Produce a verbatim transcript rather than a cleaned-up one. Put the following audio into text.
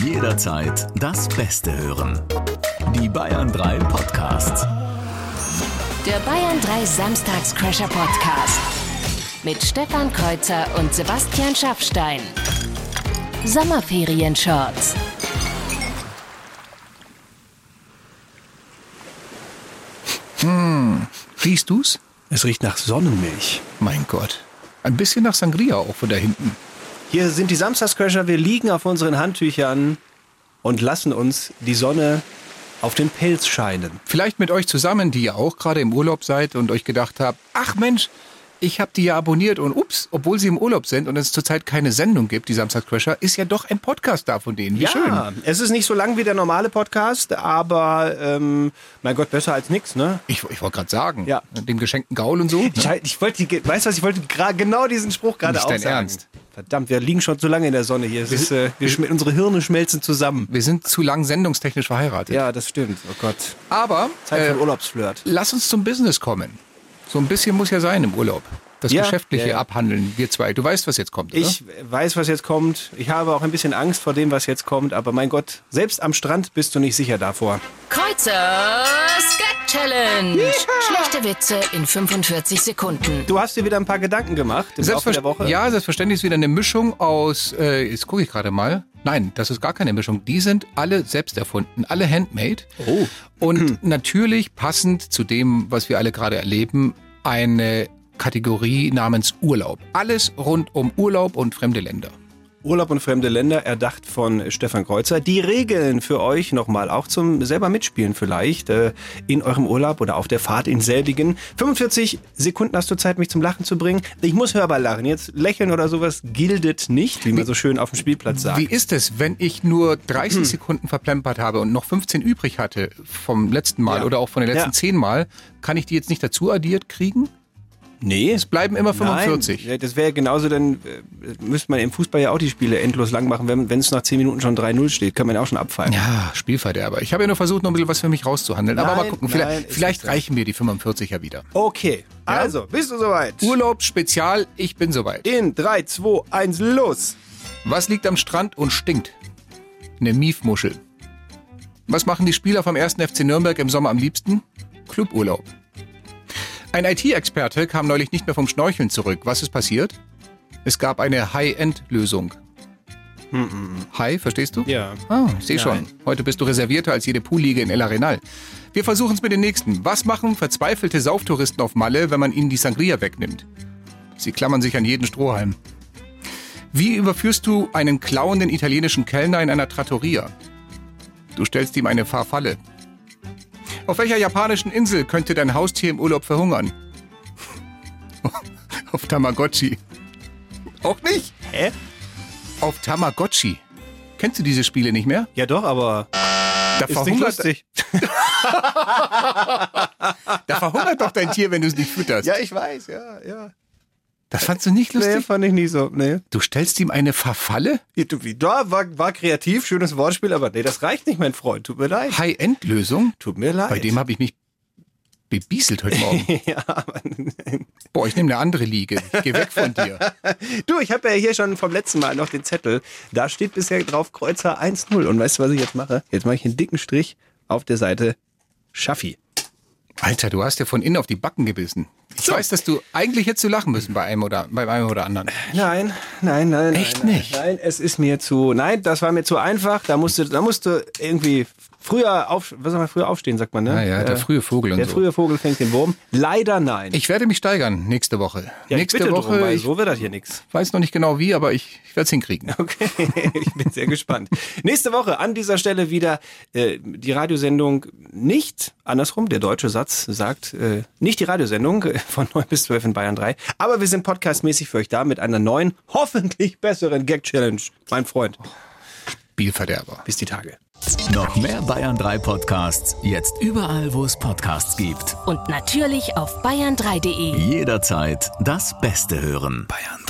Jederzeit das Beste hören. Die Bayern drei Podcasts. Der Bayern drei Samstagscrasher Podcast. Mit Stefan Kreuzer und Sebastian Schaffstein. Sommerferien-Shorts. Hm, riechst du's? Es riecht nach Sonnenmilch. Mein Gott. Ein bisschen nach Sangria auch von da hinten. Hier sind die Samstagscrasher. Wir liegen auf unseren Handtüchern und lassen uns die Sonne auf den Pelz scheinen. Vielleicht mit euch zusammen, die ihr auch gerade im Urlaub seid und euch gedacht habt, ach Mensch, ich habe die ja abonniert und ups, obwohl sie im Urlaub sind und es zurzeit keine Sendung gibt, die Samstagscrasher, ist ja doch ein Podcast da von denen. Wie ja, schön. Es ist nicht so lang wie der normale Podcast, aber ähm, mein Gott, besser als nichts, ne? Ich, ich wollte gerade sagen, ja. Dem geschenkten Gaul und so. Ne? Ich, ich wollte, weißt du was, ich wollte gra- genau diesen Spruch gerade auch dein sagen. Ernst? Verdammt, wir liegen schon zu lange in der Sonne hier. Es ist, äh, wir schm- unsere Hirne schmelzen zusammen. Wir sind zu lang sendungstechnisch verheiratet. Ja, das stimmt. Oh Gott. Aber Zeit für äh, einen Urlaubsflirt. Lass uns zum Business kommen. So ein bisschen muss ja sein im Urlaub. Das Ja, Geschäftliche ja, ja. abhandeln, wir zwei. Du weißt, was jetzt kommt, oder? Ich weiß, was jetzt kommt. Ich habe auch ein bisschen Angst vor dem, was jetzt kommt. Aber mein Gott, selbst am Strand bist du nicht sicher davor. Kreuzers Gag Challenge. Schlechte Witze in fünfundvierzig Sekunden. Du hast dir wieder ein paar Gedanken gemacht im Laufe der Woche. Ja, selbstverständlich ist wieder eine Mischung aus, äh, jetzt gucke ich gerade mal. Nein, das ist gar keine Mischung. Die sind alle selbst erfunden, alle handmade. Oh. Und natürlich passend zu dem, was wir alle gerade erleben, eine Kategorie namens Urlaub. Alles rund um Urlaub und fremde Länder. Urlaub und fremde Länder, erdacht von Stefan Kreuzer. Die Regeln für euch nochmal, auch zum selber mitspielen vielleicht, äh, in eurem Urlaub oder auf der Fahrt in selbigen. fünfundvierzig Sekunden hast du Zeit, mich zum Lachen zu bringen. Ich muss hörbar lachen. Jetzt lächeln oder sowas gildet nicht, wie man so schön auf dem Spielplatz sagt. Wie ist es, wenn ich nur dreißig Sekunden verplempert habe und noch fünfzehn übrig hatte vom letzten Mal Ja. oder auch von den letzten Ja. zehn Mal, kann ich die jetzt nicht dazu addiert kriegen? Nee. Es bleiben immer fünfundvierzig. Nein, das wäre genauso, dann äh, müsste man im Fußball ja auch die Spiele endlos lang machen. Wenn wenn es nach zehn Minuten schon drei null steht, kann man ja auch schon abfallen. Ja, Spielverderber. Ich habe ja nur versucht, noch ein bisschen was für mich rauszuhandeln. Aber Nein, mal gucken, nein, vielleicht, ist vielleicht nicht so. reichen mir die fünfundvierzig ja wieder. Okay, also, bist du soweit? Urlaubsspezial, ich bin soweit. In drei, zwei, eins, los! Was liegt am Strand und stinkt? Eine Miefmuschel. Was machen die Spieler vom ersten F C Nürnberg im Sommer am liebsten? Cluburlaub. Ein I T-Experte kam neulich nicht mehr vom Schnorcheln zurück. Was ist passiert? Es gab eine High-End-Lösung. High, verstehst du? Ja. Ah, ich sehe Nein. schon. Heute bist du reservierter als jede Poolliga in El Arenal. Wir versuchen es mit den nächsten. Was machen verzweifelte Sauftouristen auf Malle, wenn man ihnen die Sangria wegnimmt? Sie klammern sich an jeden Strohhalm. Wie überführst du einen klauenden italienischen Kellner in einer Trattoria? Du stellst ihm eine Farfalle. Auf welcher japanischen Insel könnte dein Haustier im Urlaub verhungern? Auf Tamagotchi. Auch nicht? Hä? Auf Tamagotchi. Kennst du diese Spiele nicht mehr? Ja doch, aber Da ist nicht verhungert, lustig. da verhungert doch dein Tier, wenn du es nicht fütterst. Ja, ich weiß, ja, ja. Das fandst du nicht Nee, lustig? fand ich nicht so, nee. Du stellst ihm eine Farfalle? Da war, war kreativ, schönes Wortspiel, aber nee, das reicht nicht, mein Freund. Tut mir leid. High-End-Lösung? Tut mir leid. Bei dem habe ich mich bebieselt heute Morgen. ja, aber Boah, ich nehme eine andere Liege. Ich gehe weg von dir. du, ich habe ja hier schon vom letzten Mal noch den Zettel. Da steht bisher drauf Kreuzer eins null. Und weißt du, was ich jetzt mache? Jetzt mache ich einen dicken Strich auf der Seite Schaffi. Alter, du hast ja von innen auf die Backen gebissen. Ich So. weiß, dass du eigentlich hättest du lachen müssen bei einem oder, bei einem oder anderen. Nein, nein, nein. Echt nein, nicht? Nein, es ist mir zu. Nein, das war mir zu einfach. Da musste, da musste irgendwie früher auf, was soll man früher aufstehen, sagt man, ne? Ja, ja, der Äh, frühe Vogel und Der so. frühe Vogel fängt den Wurm. Leider nein. Ich werde mich steigern nächste Woche. ja, nächste bitte Woche, drum, weil ich so wird das hier nichts. weiß noch nicht genau wie, aber ich, ich werde es hinkriegen. Okay, ich bin sehr gespannt. Nächste Woche an dieser Stelle wieder äh, die Radiosendung nicht, andersrum, der deutsche Satz sagt, äh, nicht die Radiosendung äh, von neun bis zwölf in Bayern drei, aber wir sind podcastmäßig für euch da mit einer neuen, hoffentlich besseren Gag-Challenge, mein Freund. Spielverderber. Bis die Tage. Noch mehr Bayern drei Podcasts, jetzt überall, wo es Podcasts gibt. Und natürlich auf bayern drei punkt de. Jederzeit das Beste hören. Bayern